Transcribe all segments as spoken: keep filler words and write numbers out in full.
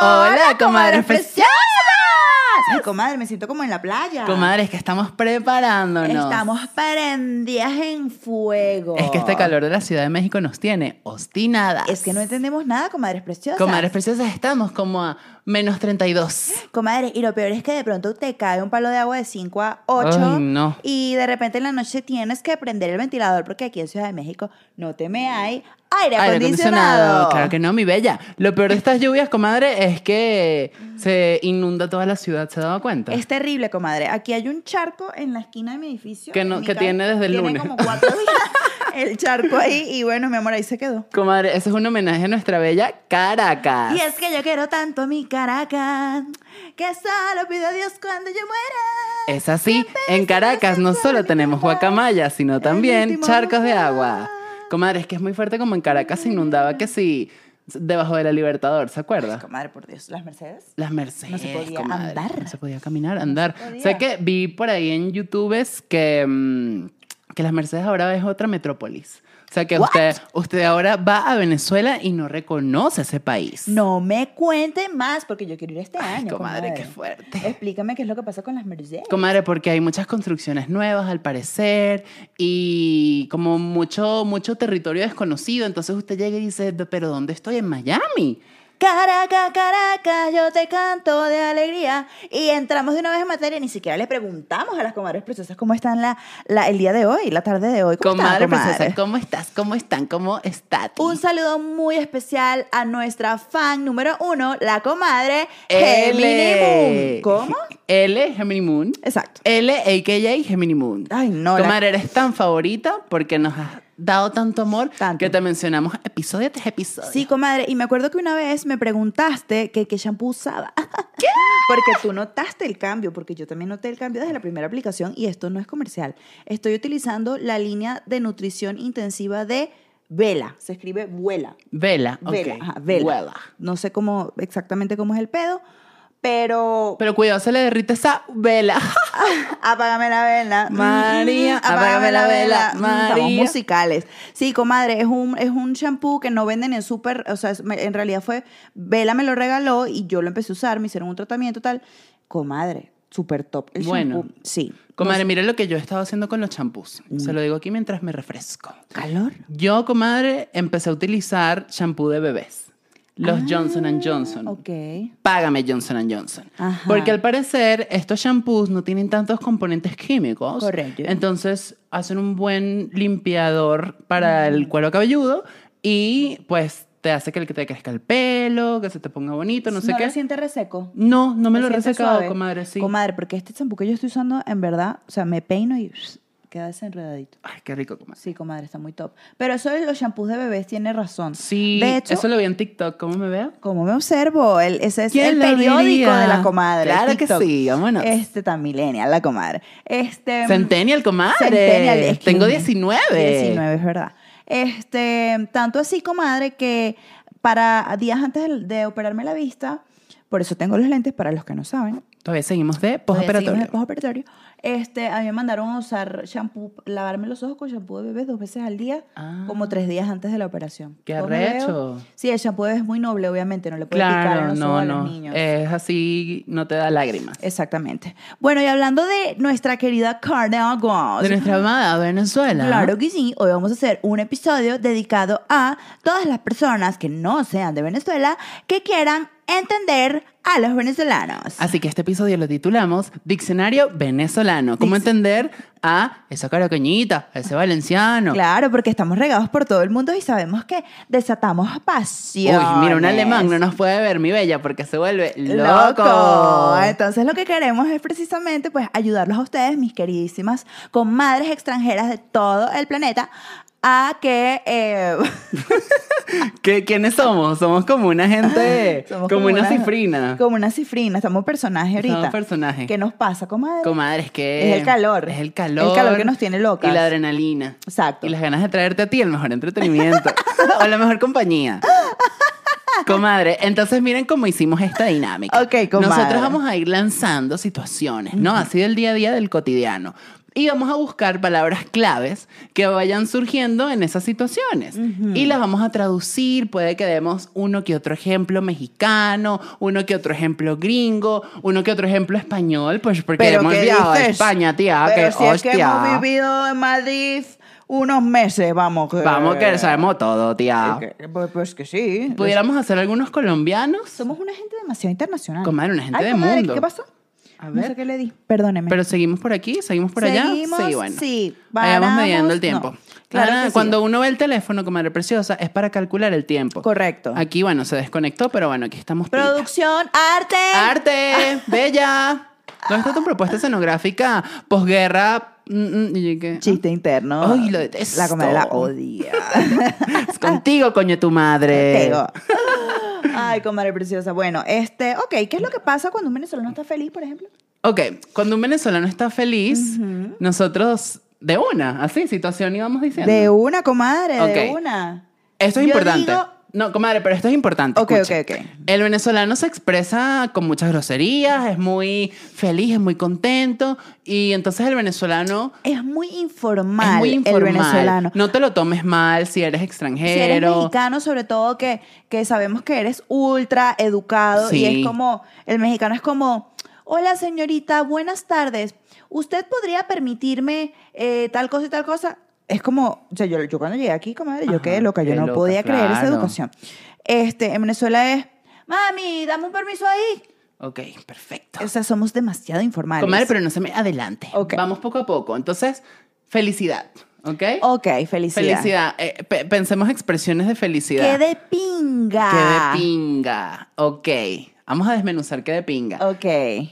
Hola, comadres preciosas. Ay, comadre, me siento como en la playa. Comadre, es que estamos preparándonos. Estamos prendidas en fuego. Es que este calor de la Ciudad de México nos tiene obstinadas. Es que no entendemos nada, comadres preciosas. Comadres preciosas, estamos como a menos treinta y dos. Comadre, y lo peor es que de pronto te cae un palo de agua de cinco a ocho. Ay, no. Y de repente en la noche tienes que prender el ventilador porque aquí en Ciudad de México no te me hay aire, Aire acondicionado. acondicionado. Claro que no, mi bella. Lo peor de estas lluvias, comadre, es que se inunda toda la ciudad. ¿Se ha dado cuenta? Es terrible, comadre. Aquí hay un charco en la esquina de mi edificio. Que no- Mi que ca- tiene desde el tiene lunes. como cuatro días el charco ahí. Y bueno, mi amor, ahí se quedó. Comadre, ese es un homenaje a nuestra bella Caracas. Y es que yo quiero tanto mi Caracas que solo pido a Dios cuando yo muera. Es así, en Caracas no solo tenemos guacamayas, sino también último charcos de lugar. agua. Comadre, es que es muy fuerte como en Caracas se inundaba que sí, debajo de la Libertador, ¿se acuerda? Comadre, por Dios, las Mercedes. Las Mercedes. No se podía comadre, andar. No se podía caminar, andar. se podía. Sé que vi por ahí en YouTube que, mm, que las Mercedes ahora es otra metrópolis. O sea que What? usted, usted ahora va a Venezuela y no reconoce ese país. No me cuente más porque yo quiero ir este Ay, año. comadre, qué fuerte. Explícame qué es lo que pasa con las Mercedes. Comadre, porque hay muchas construcciones nuevas al parecer y como mucho, mucho territorio desconocido. Entonces usted llega y dice, pero ¿dónde estoy? En Miami. Caracas, Caracas, yo te canto de alegría. Y entramos de una vez en materia. Ni siquiera le preguntamos a las comadres preciosas cómo están la, la, el día de hoy, la tarde de hoy. ¿Cómo Comadre están, comadre? preciosa, ¿cómo estás? ¿Cómo están? ¿Cómo está? Un saludo muy especial a nuestra fan número uno, la comadre L. Gemini Moon. ¿Cómo? L, Gemini Moon. Exacto. L, a k a. Gemini Moon. Ay, no. la- Comadre, eres tan favorita porque nos has dado tanto amor Tanto. que te mencionamos episodio tras episodio. Sí, comadre. Y me acuerdo que una vez me preguntaste que qué shampoo usaba. ¿Qué? Porque tú notaste el cambio, porque yo también noté el cambio desde la primera aplicación y esto no es comercial. Estoy utilizando la línea de nutrición intensiva de Vela. Se escribe Vuela. Vela, ok. Vela, ajá, Vela. Vuela. No sé cómo exactamente cómo es el pedo, pero Pero cuidado, se le derrite esa vela. apágame la vela. María, Mm, apágame la vela. Mm, Estamos María. musicales. Sí, comadre, es un, es un shampoo que no venden en súper, o sea, es- me- en realidad fue, Vela me lo regaló y yo lo empecé a usar, me hicieron un tratamiento tal. Comadre, súper top. El Bueno. shampoo, sí. Comadre, mire lo que yo he estado haciendo con los champús. Se lo digo aquí mientras me refresco. ¿Calor? Yo, comadre, empecé a utilizar champú de bebés. Los Ah, Johnson and Johnson. Ok. Págame Johnson and Johnson. Ajá. Porque al parecer estos shampoos no tienen tantos componentes químicos. Correcto. Entonces hacen un buen limpiador para el cuero cabelludo y pues te hace que te crezca el pelo, que se te ponga bonito, no sé ¿No qué. lo siente reseco? No, no me lo he siente resecado, suave? comadre, sí. Comadre, porque este champú que yo estoy usando, en verdad, o sea, me peino y queda desenredadito. Ay, qué rico, comadre. Sí, comadre, está muy top. Pero eso de los shampoos de bebés tiene razón. Sí, De hecho, eso lo vi en TikTok. ¿Cómo me veo? como me observo, el, ese es ¿Quién el lo periódico diría? de la comadre. Claro que TikTok. sí, vámonos. Este tan millennial, la comadre. Este, Centennial, comadre. Centennial, es que- Tengo diecinueve. diecinueve, es verdad. Este, tanto así, comadre, que para días antes de, de operarme la vista, por eso tengo los lentes, para los que no saben, Todavía seguimos de todavía postoperatorio. seguimos en postoperatorio. Este, a mí me mandaron a usar shampoo, lavarme los ojos con shampoo de bebé dos veces al día, Ah. como tres días antes de la operación. Qué ¿Cómo me veo? arrecho. Sí, el shampoo de bebé es muy noble, obviamente, no le puede picar en Claro, los ojos no, a no. los niños. Es así, no te da lágrimas. Exactamente. Bueno, y hablando de nuestra querida Caracas, De nuestra amada Venezuela. claro que sí, hoy vamos a hacer un episodio dedicado a todas las personas que no sean de Venezuela que quieran entender a los venezolanos. Así que este episodio lo titulamos Diccionario Venezolano. ¿Cómo Dic- entender a esa caracoñita, a ese valenciano? Claro, porque estamos regados por todo el mundo y sabemos que desatamos pasión. Uy, mira, un alemán no nos puede ver, mi bella, porque se vuelve loco. ¡Loco! Entonces lo que queremos es precisamente pues ayudarlos a ustedes, mis queridísimas comadres extranjeras de todo el planeta, a que... eh, ¿Qué, ¿Quiénes somos? Somos como una gente, somos como, una, cifrina. Como una cifrina, estamos personajes ahorita. Somos personajes. ¿Qué nos pasa, comadre? Comadre, es que... Es el calor. Es el calor. El calor que nos tiene locas. Y la adrenalina. Exacto. Y las ganas de traerte a ti el mejor entretenimiento. o la mejor compañía. Comadre, entonces miren cómo hicimos esta dinámica. Ok, comadre. Nosotros vamos a ir lanzando situaciones, ¿no? Así del día a día, del cotidiano. Y vamos a buscar palabras claves que vayan surgiendo en esas situaciones. Uh-huh. Y las vamos a traducir. Puede que demos uno que otro ejemplo mexicano, uno que otro ejemplo gringo, uno que otro ejemplo español, pues porque Pero hemos ¿qué viajado a dices? España, tía. Pero Que si es que hostia. hemos vivido en Madrid unos meses, vamos. Que... Vamos que sabemos todo, tía. Que, pues, pues que sí. ¿Pudiéramos hacer algunos colombianos? Somos una gente demasiado internacional. Comadre, una gente Ay, de comadre, mundo. ¿qué pasó? A ver. No sé qué le di. Perdóneme. Pero seguimos por aquí, seguimos por allá. Seguimos, Sí, bueno. sí. Vayamos Paramos, mediando el tiempo. no. Claro Ah, que sí. cuando uno ve el teléfono, comadre preciosa, es para calcular el tiempo. Correcto. Aquí, bueno, se desconectó, pero bueno, aquí estamos. pilas. Producción, arte. ¡Arte! ¡Bella! ¿Dónde está tu propuesta escenográfica posguerra? Mm, mm, y que- Chiste interno. Ay, lo detesto. La comadre la odia. Es contigo, coño, tu madre. Tego. Ay, comadre preciosa. Bueno, este, ok, ¿qué es lo que pasa cuando un venezolano está feliz, por ejemplo? Ok, cuando un venezolano está feliz, uh-huh. nosotros de una, así, situación íbamos diciendo. De una, comadre, Ok. de una. Esto es Yo importante. digo- No, comadre, pero esto es importante. Ok, escucha. ok, ok. El venezolano se expresa con muchas groserías, es muy feliz, es muy contento. Y entonces el venezolano Es muy informal, es muy informal. el venezolano. No te lo tomes mal si eres extranjero. Si eres mexicano, sobre todo, que, que sabemos que eres ultra educado. Sí. Y es como, el mexicano es como, hola señorita, buenas tardes. ¿Usted podría permitirme eh, tal cosa y tal cosa? Es como, o sea, yo, yo cuando llegué aquí, comadre, yo Ajá, quedé loca. Yo qué no loca, podía creer esa claro. educación. Este, en Venezuela es, mami, dame un permiso ahí. Ok, perfecto. O sea, somos demasiado informales. Comadre, pero no se me adelante. Ok. Vamos poco a poco. Entonces, felicidad. ¿Ok? Ok, felicidad. Felicidad. Eh, pe- pensemos expresiones de felicidad. ¡Qué de pinga! Qué de pinga. Ok. Vamos a desmenuzar qué de pinga. Ok.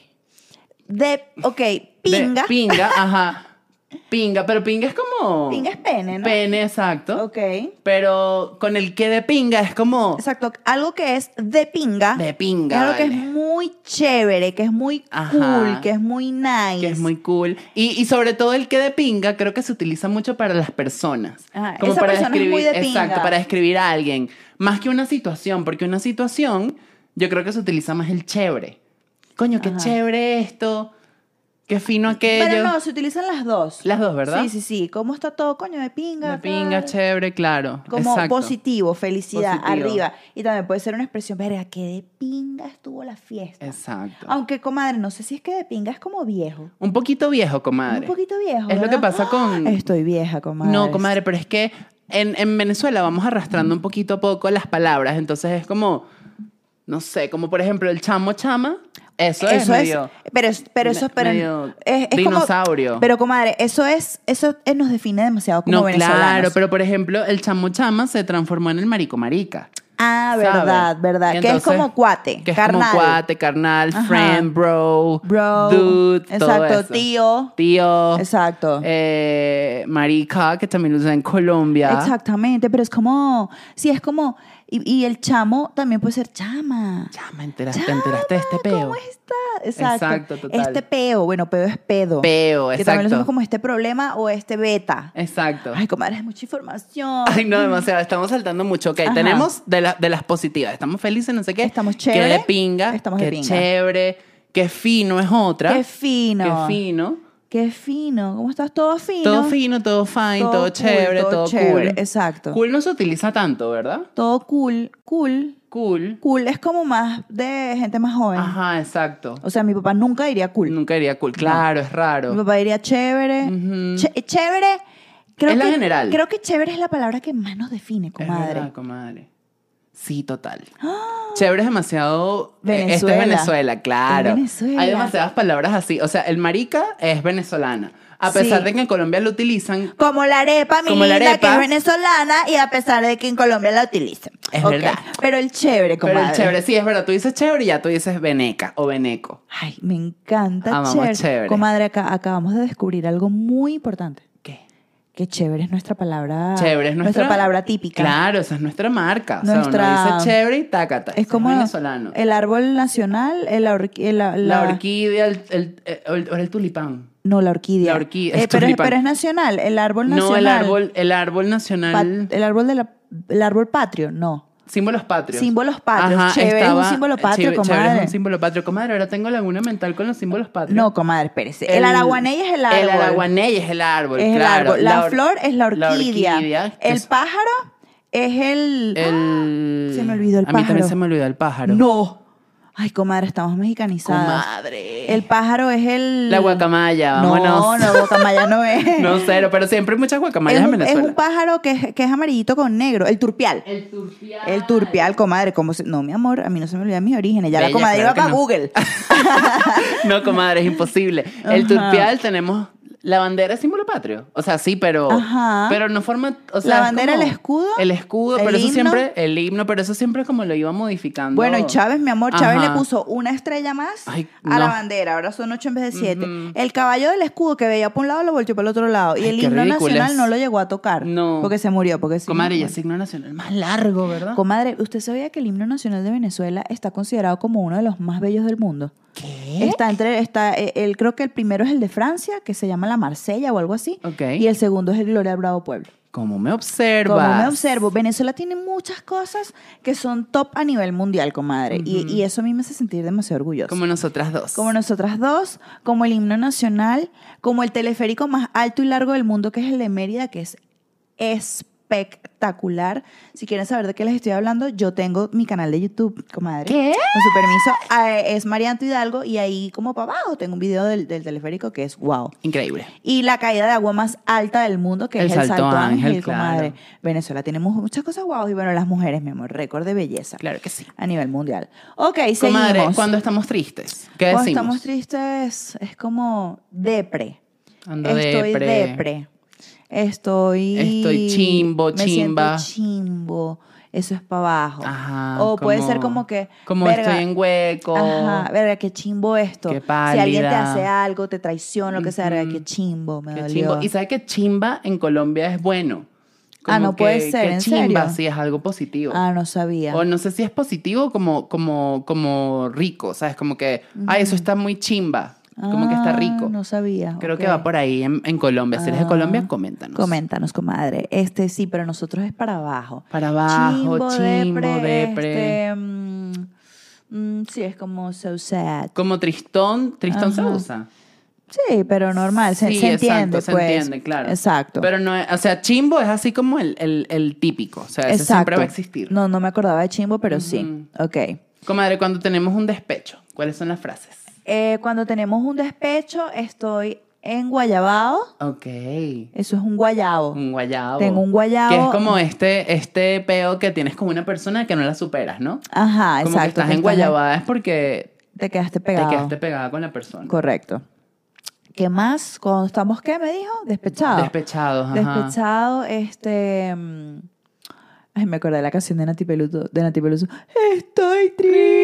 De, ok, pinga. De pinga, ajá. Pinga, pero pinga es como... Pinga es pene, ¿no? Pene, exacto. Ok. Pero con el que de pinga es como... Exacto. Algo que es de pinga. De pinga, Es algo que vale. es muy chévere, que es muy Ajá. cool, que es muy nice. Que es muy cool. Y, y sobre todo el que de pinga creo que se utiliza mucho para las personas. Ajá, esa persona es muy de pinga. Exacto, para describir a alguien. Más que una situación, porque una situación yo creo que se utiliza más el chévere. Coño, qué Ajá. chévere esto. Qué fino aquello. Pero no, se utilizan las dos. Las dos, ¿verdad? Sí, sí, sí. ¿Cómo está todo, coño, de pinga? De pinga, tal? chévere, claro. Como Exacto. positivo, felicidad, Positivo. arriba. Y también puede ser una expresión, verga, que de pinga estuvo la fiesta. Exacto. Aunque, comadre, no sé si es que de pinga es como viejo. Un poquito viejo, comadre. Un poquito viejo. Es lo ¿verdad? que pasa con... ¡Ah! Estoy vieja, comadre. No, comadre, pero es que en, en Venezuela vamos arrastrando un poquito a poco las palabras. Entonces es como, no sé, como por ejemplo el chamo chama. Eso, es Eso medio... es, pero, es- pero eso me- pero medio es, es dinosaurio. Como, pero comadre, eso es, eso es- nos define demasiado como No, venezolanos. claro, pero por ejemplo, el chamo chama se transformó en el marico marica. Ah, ¿sabe? verdad, verdad. Y que es entonces, como cuate, Que es carnal. como cuate, carnal, Ajá. friend, bro, Bro. dude, todo Exacto, eso. tío. Tío. Exacto. Eh, marica, que también lo usa en Colombia. Exactamente, pero es como, sí, es como, y, y el chamo también puede ser chama. Chama, enteraste, ¿te enteraste de este peo? ¿Cómo está? Exacto. Exacto, total. Este peo, bueno, peo es pedo. Peo, Que también exacto. lo hacemos como este problema o este beta. Exacto. Ay, comadre, es mucha información. Ay, no, demasiado. Estamos saltando mucho. Ok, Ajá. tenemos de, la- de las positivas. Estamos felices, no sé qué. Estamos chévere. Que de pinga. Estamos que de pinga. chévere. Que fino es otra. Qué fino. Qué fino. Qué fino. ¿Cómo estás? Todo fino. Todo fino, todo fine, todo, Todo cool, chévere, todo todo, chévere, cool. exacto. Cool no se utiliza tanto, ¿verdad? Todo cool. Cool. Cool. Cool es como más de gente más joven. Ajá, exacto. O sea, mi papá nunca diría cool. Nunca diría cool. Claro, es Mi raro. papá diría chévere. Ujú. Ché- chévere. Creo Es la que, general. Creo que chévere es la palabra que más nos define, Es comadre. verdad, comadre. Sí, total. Chévere es demasiado... eh, Esto Venezuela. es Venezuela, claro. Es Venezuela. Hay demasiadas palabras así. O sea, el marica es venezolana. A pesar Sí. de que en Colombia lo utilizan... Como la arepa, mi Como la linda, que arepa. es venezolana y a pesar de que en Colombia la utilizan. Es Ok, verdad. Pero el chévere, comadre. Pero el chévere, sí, es verdad. Tú dices chévere y ya tú dices veneca o veneco. Ay, me encanta Amamos chévere. chévere. Comadre, acá, acabamos de descubrir algo muy importante. ¿Qué? Que chévere es nuestra palabra. Chévere es nuestra... palabra típica. Claro, esa es nuestra marca. O Nuestra- sea, uno dice chévere y tácata. Es Ese como venezolano. el árbol nacional, el, orqui- el- la, La orquídea, el, el, el, el- el tulipán. No, la orquídea. La orquídea, Eh, es pero, es, tulipán. pero es nacional, el árbol nacional. No, el árbol, el árbol nacional... Pa- el árbol de la, el árbol patrio, no. símbolos patrios. Símbolos patrios. Ajá, Chévere es un estaba- símbolo patrio, chévere- comadre. Chévere es un símbolo patrio. Comadre, ahora tengo laguna mental con los símbolos patrios. No, comadre, espérese. El, araguaney es el árbol. El araguaney es el árbol, Es el claro. árbol. La, or- flor es la orquídea. La orquídea, que El es- pájaro es el... el- ¡Ah! Se me olvidó el A mí también pájaro. se me olvidó el pájaro. No. Ay, comadre, estamos mexicanizadas. Comadre. El pájaro es el... La guacamaya, No, vámonos. no, guacamaya no es. No, cero, pero siempre hay muchas guacamayas es, en un, es Venezuela. un pájaro que es, que es amarillito con negro. El turpial. El turpial. El turpial, comadre. ¿Cómo se... No, mi amor, a mí no se me olvidan mis orígenes. Ya la Bella, comadre claro iba para que no. Google. No, comadre, es imposible. El Ajá. turpial tenemos... La bandera es símbolo patrio. O sea, sí, pero... Ajá. Pero no forma... O sea, La es bandera, como- el escudo, El escudo, el pero eso himno. siempre... El himno, pero eso siempre como lo iba modificando. Bueno, y Chávez, mi amor, Chávez Ajá. le puso una estrella más Ay, a la no. bandera. Ahora son ocho en vez de siete. Ujú. El caballo del escudo que veía por un lado lo volteó para el otro lado. Y Ay, el qué himno ridículo nacional es. no lo llegó a tocar. No. Porque se murió. Porque si Comadre, no- y el signo nacional más largo, ¿verdad? Comadre, ¿usted sabía que el himno nacional de Venezuela está considerado como uno de los más bellos del mundo? ¿Qué? Está entre, está, eh, el, creo que el primero es el de Francia, que se llama la Marsella o algo así. Ok. Y el segundo es el Gloria al Bravo Pueblo. Como me observas. Como me observo, Venezuela tiene muchas cosas que son top a nivel mundial, comadre. y, y eso a mí me hace sentir demasiado orgullosa. Como nosotras dos. Como nosotras dos, como el himno nacional, como el teleférico más alto y largo del mundo, que es el de Mérida, que es espectacular. Si quieren saber de qué les estoy hablando, yo tengo mi canal de YouTube, comadre. ¿Qué? Con su permiso, eh, es Marianto Hidalgo, y ahí como para abajo tengo un video del, del teleférico que es wow. Increíble. Y la caída de agua más alta del mundo, que El es el Salto Salto Ángel, Ángel, comadre. claro. Venezuela tiene mu- muchas cosas guau. Y bueno, las mujeres, mi amor, récord de belleza. Claro que sí. A nivel mundial. Ok, Comadre, seguimos. cuando estamos tristes, ¿qué Cuando decimos? estamos tristes, es como depre. Ando Estoy depre. depre. Estoy... Estoy chimbo, me chimba. siento chimbo. Eso es para abajo. Ajá, O puede como- ser como que... Como verga, estoy en hueco. Ajá, verga, qué chimbo esto. Qué Si alguien te pálida. hace algo, te traiciona, lo que sea, verga, Ujú. qué chimbo, me Qué dolió. chimbo. Y sabe que chimba en Colombia es bueno. Ah, no que- puede ser, que ¿en chimba, serio? sí, es algo positivo. Ah, no sabía. O no sé si es positivo como, como, como rico, ¿sabes? Como que, ay, eso está muy chimba. Como que está Ah, rico. No sabía. Creo ok. que va por ahí en, en Colombia. Si eres de Ah, Colombia, coméntanos. Coméntanos, comadre. Este sí, pero nosotros es para abajo. Para abajo, chimbo, depre. Este, mm, mm, sí, es como so sad. Como tristón, tristón se Ajá. usa. Sí, pero normal, se, Sí, se exacto, entiende, se pues. entiende, claro. Exacto. Pero no es, o sea, chimbo es así como el, el, el típico. O sea, ese Exacto. siempre va a existir. No, no me acordaba de chimbo, pero sí. Ok. Comadre, cuando tenemos un despecho, ¿cuáles son las frases? Eh, cuando tenemos un despecho, estoy en guayabao. Ok. Eso es un guayabo. Un guayabo. Tengo un guayabo. Que es como este, este peo que tienes con una persona que no la superas, ¿no? Ajá, Como exacto. que estás que en guayabada es porque Te quedaste te pegado. quedaste pegada con la persona. Correcto. ¿Qué más? Cuando estamos, ¿qué me dijo? Despechado. Despechados, ajá. Despechado, este... mm, Ay, me acordé de la canción de Nati Peluso. De Nati Peluso. Estoy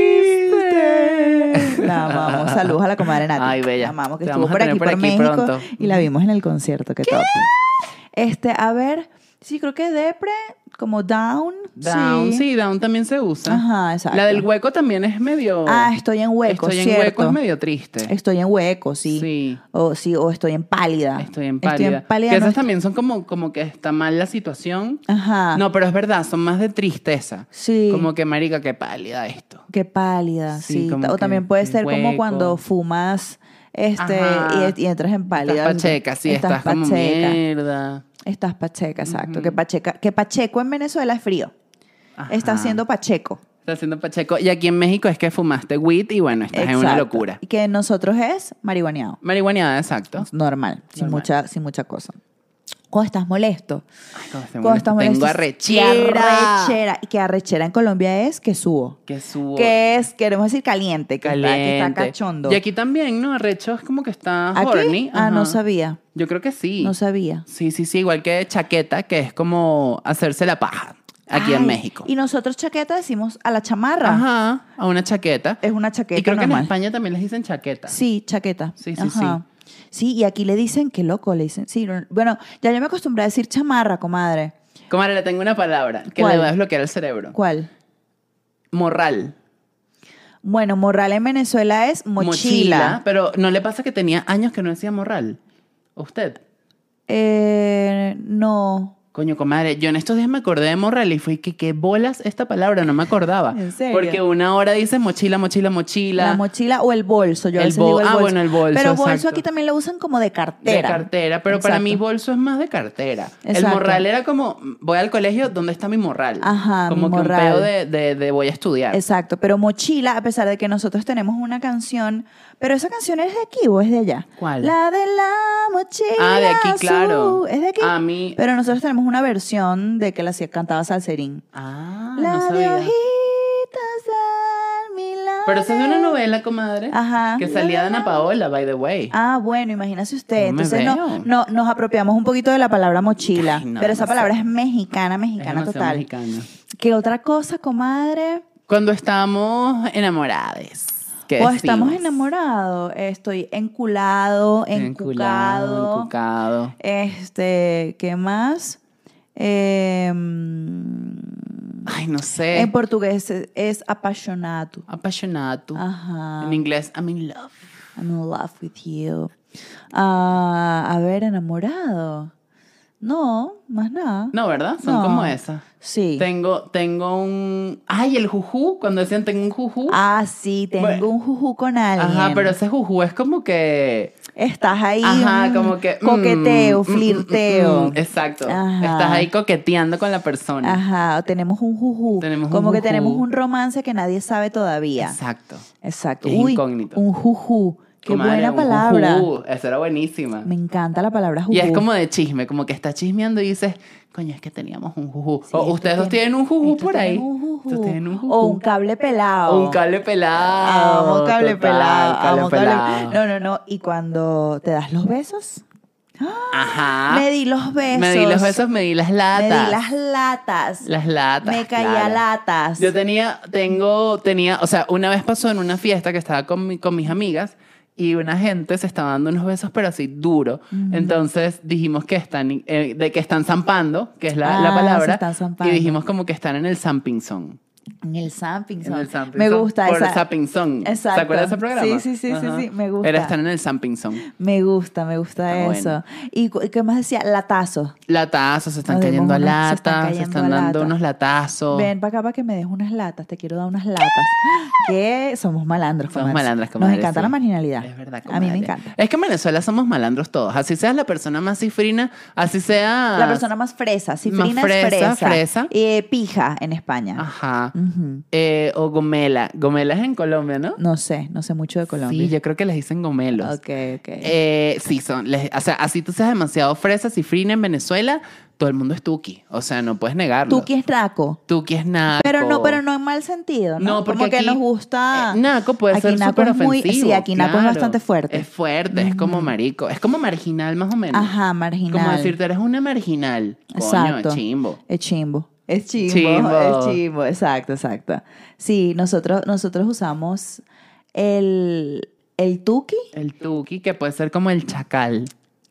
triste. La amamos. Saludos a la comadre Nati. Ay, bella. La amamos, que Te estuvo vamos a por tener aquí, por por, aquí México. pronto. Y la vimos en el concierto. Qué, top. Este, a ver... Sí, creo que depre, como down. Down, sí. down también se usa. Ajá, exacto. La del hueco también es medio... Ah, estoy en hueco, Estoy en cierto. hueco es medio triste. Estoy en hueco, sí. Sí. O sí, o estoy en pálida. Estoy en pálida. pálida, que no esas estoy- también son como, como que está mal la situación. Ajá. No, pero es verdad, son más de tristeza. Sí. Como que, marica, qué pálida esto. Qué pálida, Sí, sí. como O que también puede el ser como hueco. cuando fumas este Ajá. y, y entras en pálida. Estás pacheca, sí, estás, como pacheca. mierda. Estás pacheca, exacto. que, pacheca, que pacheco en Venezuela es frío. Ajá. Está haciendo pacheco. Está haciendo pacheco. Y aquí en México es que fumaste weed y bueno, estás en una Exacto. locura. Y que nosotros es marihuaneado. Marihuaneada, exacto. Normal, sin Normal. mucha, sin mucha cosa. Cuando estás molesto. Ay, cuando estoy Cuando estás molesta, molesto. tengo arrechera. ¿Qué arrechera? Y que arrechera en Colombia es que subo. Que subo. Que es, queremos decir caliente, que, Caliente. Está, que está cachondo. Y aquí también, ¿no? Arrecho es como que está ¿Aquí? horny. Ah, no Ajá. sabía. Yo creo que sí. No sabía. Sí, sí, sí. Igual que chaqueta, que es como hacerse la paja aquí en Ay, México. Y nosotros chaqueta decimos a la chamarra. Ajá, a una chaqueta. Es una chaqueta Y creo que normal. en España también les dicen chaqueta. Sí, chaqueta. Sí, sí, Ajá. Sí, y aquí le dicen, qué loco, le dicen. Sí, no- bueno, ya yo me acostumbré a decir chamarra, comadre. Comadre, le tengo una palabra que ¿Cuál? le va a desbloquear el cerebro. ¿Cuál? Morral. Bueno, morral en Venezuela es mochila. Pero ¿no le pasa que tenía años que no decía morral? ¿A usted? Eh, no. Coño, comadre, yo en estos días me acordé de morral y fui que qué bolas esta palabra, no me acordaba. ¿En serio? Porque una hora dice mochila, mochila, mochila. La mochila o el bolso, yo a El veces bol- digo el ah, bolso. bueno, el bolso, Pero bolso exacto. aquí también lo usan como de De cartera. cartera, pero para Exacto. mí bolso es más de cartera. El Exacto. morral era como, voy al colegio, ¿dónde está mi morral? Ajá, como mi que morral. un pedo de, de, de voy a estudiar. Exacto, pero mochila, a pesar de que nosotros tenemos una canción, pero esa canción es de aquí o es de allá. ¿Cuál? La de la mochila. Ah, de aquí, claro. azul. Es de aquí. A mí- Pero nosotros tenemos una versión de que la hacía- cantaba Salserín. Ah, la no de sabía. hojitas del milagro. Pero esa es de una novela, comadre. Ajá. Que salía de Ana Paola, by the way. Ah, bueno, imagínese usted. No me Entonces no, veo. no, nos apropiamos un poquito de la palabra mochila. Ay, no, pero esa demasiado. palabra es mexicana, Es mexicana demasiado total. mexicana. ¿Qué otra cosa, comadre? Cuando estamos enamoradas. ¿Qué O estamos decimos? enamorados, estoy enculado, Enculado, encucado. encucado. Este, ¿qué más? Eh, Ay, no sé. en portugués es, es apaixonado. Apasionado. Ajá. En inglés, I'm in love. I'm in love with you. Ah, a ver, enamorado. No, más nada. No, ¿verdad? Son No. como esas. Sí. Tengo, tengo un... Ay, el juju. Cuando decían tengo un juju. Ah, sí, tengo Bueno. un juju con alguien. Ajá, pero ese juju es como que... Estás ahí. Ajá, mm, como que... mm, Coqueteo, mm, mm, flirteo. mm, mm, exacto. Ajá. Estás ahí coqueteando con la persona. Ajá, o tenemos un juju. Tenemos un como que juju. tenemos un romance que nadie sabe todavía. Exacto. Exacto. Es Uy, incógnito. un juju. Qué Comadre, buena un palabra. juju. Esa era buenísima. Me encanta la palabra juju. Y es como de chisme, como que estás chismeando y dices, coño, es que teníamos un juju. Sí, o estos ustedes dos tienen- tienen un juju estos por ahí. tienen un juju. Estos tienen un juju. O un cable pelado. O un cable pelado. Amo cable Total, pelado. cable amo cable- pelado. No, no, no. Y cuando te das los besos. Ajá. Me di los besos. Me di los besos, me di las latas. Me di las latas. Las latas. Me caía claro. latas. Yo tenía, tengo, tenía, o sea, una vez pasó en una fiesta que estaba con, mi- con mis amigas y una gente se estaba dando unos besos, pero así duro. Entonces dijimos que están, eh, de que están zampando, que es la, la Ah, palabra. se están zampando. Y dijimos como que están en el zamping song. En el Zapping En Song. el Zapping Me Song. gusta Por esa. el Zapping Song. Exacto. ¿Se acuerda de ese programa? Sí, sí, sí, sí, Ajá. sí, me gusta. Era estar en el Zapping Song. Me gusta, me gusta Está eso. bueno. ¿Y cu- qué más decía? Latazo. Latazos, se están Nos dimos cayendo a unos- se latas, están se cayendo están a dando latas. unos latazos. Ven para acá para que me des unas latas. Te quiero dar unas latas. Que somos malandros, Somos comadres. malandras, Nos comadres, encanta sí. la marginalidad. Es verdad, A mí me comadre. encanta. Es que en Venezuela somos malandros todos. Así seas la persona más cifrina, así sea... La persona más fresa. Cifrina Más fresa, es fresa. fresa. Eh, pija en España. Ajá. Ujú. Eh, o gomela. Gomela es en Colombia, ¿no? No sé, no sé mucho de Colombia. Sí, yo creo que les dicen gomelos. Ok, ok. Eh, sí, son. les- o sea, así tú seas demasiado fresa, cifrina en Venezuela, todo el mundo es tuki. O sea, no puedes negarlo. Tuki es raco. Tuki es naco. Pero no, pero no en mal sentido, ¿no? No, porque Como que aquí, nos gusta... eh, naco puede Aquí ser naco súper es muy- ofensivo. sí, aquí naco es claro. bastante fuerte. Es fuerte, es como marico. Es como marginal, más o menos. Ajá, marginal. Como decirte, eres una marginal. Coño, Exacto. chimbo. Es chimbo. Es chimbo. Chimbo. Es chimbo. Exacto, exacto. Sí, nosotros, nosotros usamos el, el tuki El tuki, que puede ser como el chacal.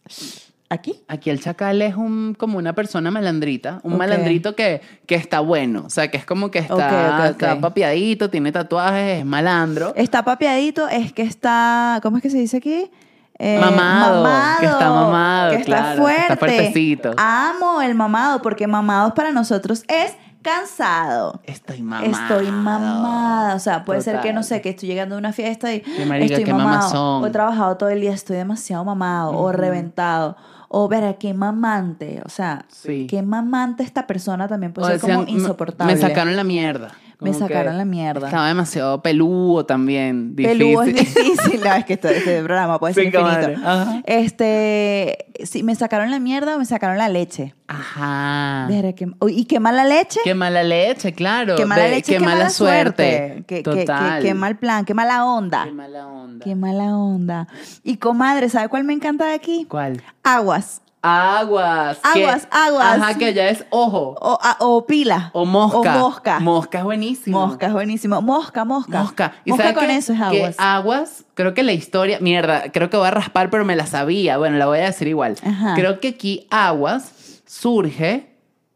aquí. Aquí el chacal es un, como una persona malandrita, un Ok. malandrito que, que está bueno, o sea, que es como que está, Ok, ok, ok. está papiadito, tiene tatuajes, es malandro. Está papiadito, es que está, ¿cómo es que se dice aquí? Eh, Mamado, que está mamado, que está claro, que fuerte. está fuertecito. Amo el mamado, porque mamados para nosotros es cansado. Estoy mamado. Estoy mamada. O sea, puede ser que, Total. no sé, que estoy llegando a una fiesta y Qué marica, estoy qué mamado. mamazón. O he trabajado todo el día, estoy demasiado mamado. O reventado. O, verá, qué mamante. O sea, Sí. qué mamante esta persona también puede O ser decían, como insoportable. Me sacaron la mierda. Me Como sacaron que la mierda. Estaba demasiado peludo también. Difícil. Peludo es difícil. No, es que esto- este programa puede ser Sí, infinito. comadre. Ajá. Este, sí, me sacaron la mierda o me sacaron la leche. Ajá. Verá, qué- uy, ¿y qué mala leche? Qué mala leche, claro. Qué mala Ve, leche, qué, mala, suerte. Qué, qué- Total. qué- qué mal plan, qué mala onda. Qué mala onda. Qué mala onda. Y comadre, ¿sabe cuál me encanta de aquí? ¿Cuál? Aguas. Aguas. Aguas, que- aguas. Ajá, que allá es ojo. O, a- o pila. O mosca. O mosca. Mosca es buenísimo. Mosca es buenísimo. Mosca, mosca. Mosca. ¿Y Mosca sabes con qué? eso es Que aguas. aguas, creo que la historia, mierda, creo que voy a raspar, pero me la sabía. Bueno, la voy a decir igual. Ajá. Creo que aquí aguas surge,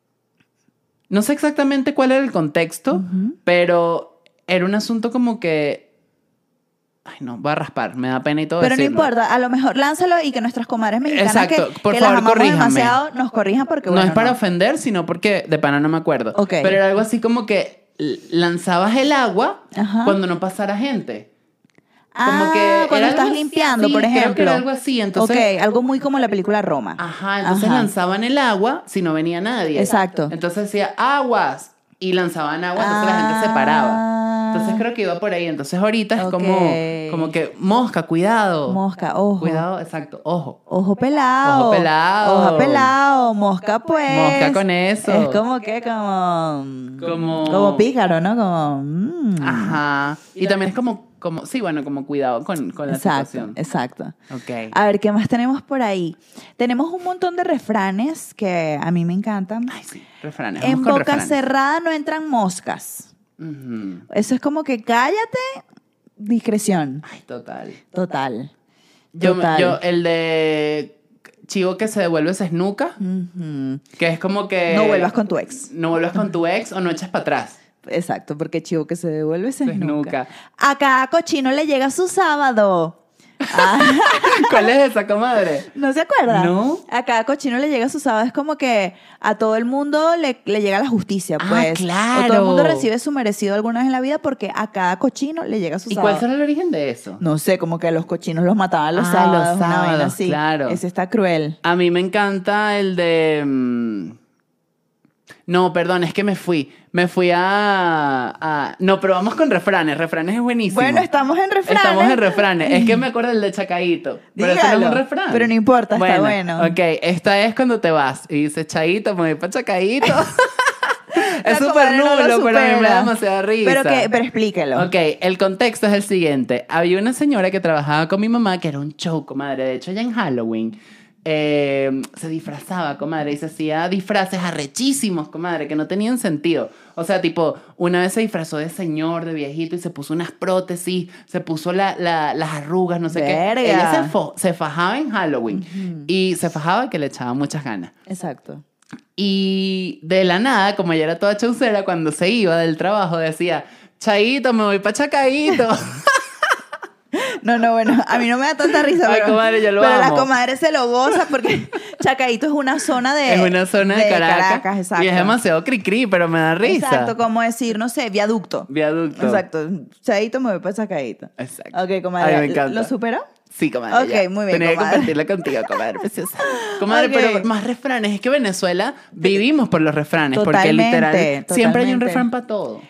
no sé exactamente cuál era el contexto, pero era un asunto como que Ay, no, voy a raspar, me da pena y todo Pero no decirlo. importa, a lo mejor lánzalo y que nuestras comadres mexicanas Exacto, que, por que favor, las amamos corríjanme. demasiado nos corrijan porque No bueno, es para no. ofender, sino porque de pana no me acuerdo. Ok. Pero era algo así como que l- lanzabas el agua Ajá. cuando no pasara gente. Ah, Como que cuando era estás algo limpiando, así, por ejemplo. creo que era algo así, entonces- Ok, algo muy como la película Roma. Ajá, entonces Ajá. lanzaban el agua si no venía nadie. Exacto. Entonces decía aguas y lanzaban agua, entonces la gente se Ah. paraba. Entonces creo que iba por ahí. Entonces ahorita es Ok. como, como que mosca, cuidado. Mosca, ojo. Cuidado, exacto, ojo. Ojo pelado. Ojo pelado. Ojo pelado. Mosca, pues. Mosca con eso. Es como que, como. Como- Como pícaro, ¿no? Como. mm. Ajá. Y también es como, como, sí, bueno, como cuidado con, con la Exacto, situación. exacto. Ok. A ver, ¿qué más tenemos por ahí? Tenemos un montón de refranes que a mí me encantan. Ay, sí, refranes. Vamos En con boca refranes. cerrada no entran moscas. Ujú. Eso es como que cállate, discreción. Ay, total. Total. Yo, Total. yo, el de chivo que se devuelve se esnuca, Ujú. que es como que... No vuelvas con tu ex. No vuelvas con tu ex o no eches para atrás. Exacto, porque chivo que se devuelve se Se esnuca. esnuca. A cada cochino le llega su sábado. Ah, ¿Cuál es esa, comadre? ¿no se acuerda? No. A cada cochino le llega su sábado. Es como que a todo el mundo le, le llega la justicia, Ah, pues. claro. O todo el mundo recibe su merecido alguna vez en la vida porque a cada cochino le llega su ¿Y sábado. cuál será el origen de eso? No sé, como que a los cochinos los mataban los Ah, sábados. los una vaina sábados, así. claro. Ese está cruel. A mí me encanta el de... mm, No, perdón, es que me fui. Me fui a, a... No, pero vamos con refranes. Refranes es buenísimo. Bueno, estamos en refranes. Estamos en refranes. Es que me acuerdo el de Chacaíto. Pero eso no es Dígalo. un refrán. Pero no importa, está bueno. Ok, esta es cuando te vas y dices, Chaito, me voy para Chacaíto. La Es súper comadre no lo nulo, pero a mí me da supera. demasiada risa. Pero, que, pero explíquelo. Ok, el contexto es el siguiente. Había una señora que trabajaba con mi mamá que era un show, comadre. De hecho, ella en Halloween eh, se disfrazaba, comadre, y se hacía disfraces arrechísimos, comadre, que no tenían sentido. O sea, tipo, una vez se disfrazó de señor, de viejito, y se puso unas prótesis, se puso la- la- las arrugas, no sé Verga. qué. Ella se, fo- se fajaba en Halloween. Y se fajaba que le echaba muchas ganas. Exacto. Y de la nada, como ella era toda chaucera, cuando se iba del trabajo decía, Chaito, me voy pa' Chacaíto. No, no, bueno, a mí no me da tanta risa. Ay, pero, comadre, yo lo pero la amo. comadre se lo goza porque Chacaíto es una zona de... Es una zona de, Caracas, exacto. y es demasiado cri-cri, pero me da risa. Exacto, como decir, no sé, viaducto. Viaducto. Exacto. Chaito me voy para Chacaíto. Exacto. Ok, comadre. Ay, me encanta. ¿Lo superó? Sí, comadre. Ok, ya. muy bien, Tenía que comadre. compartirla contigo, comadre preciosa. Comadre, Ok. pero más refranes. Es que Venezuela vivimos por los refranes. porque Totalmente, literal siempre hay un totalmente. refrán para todo.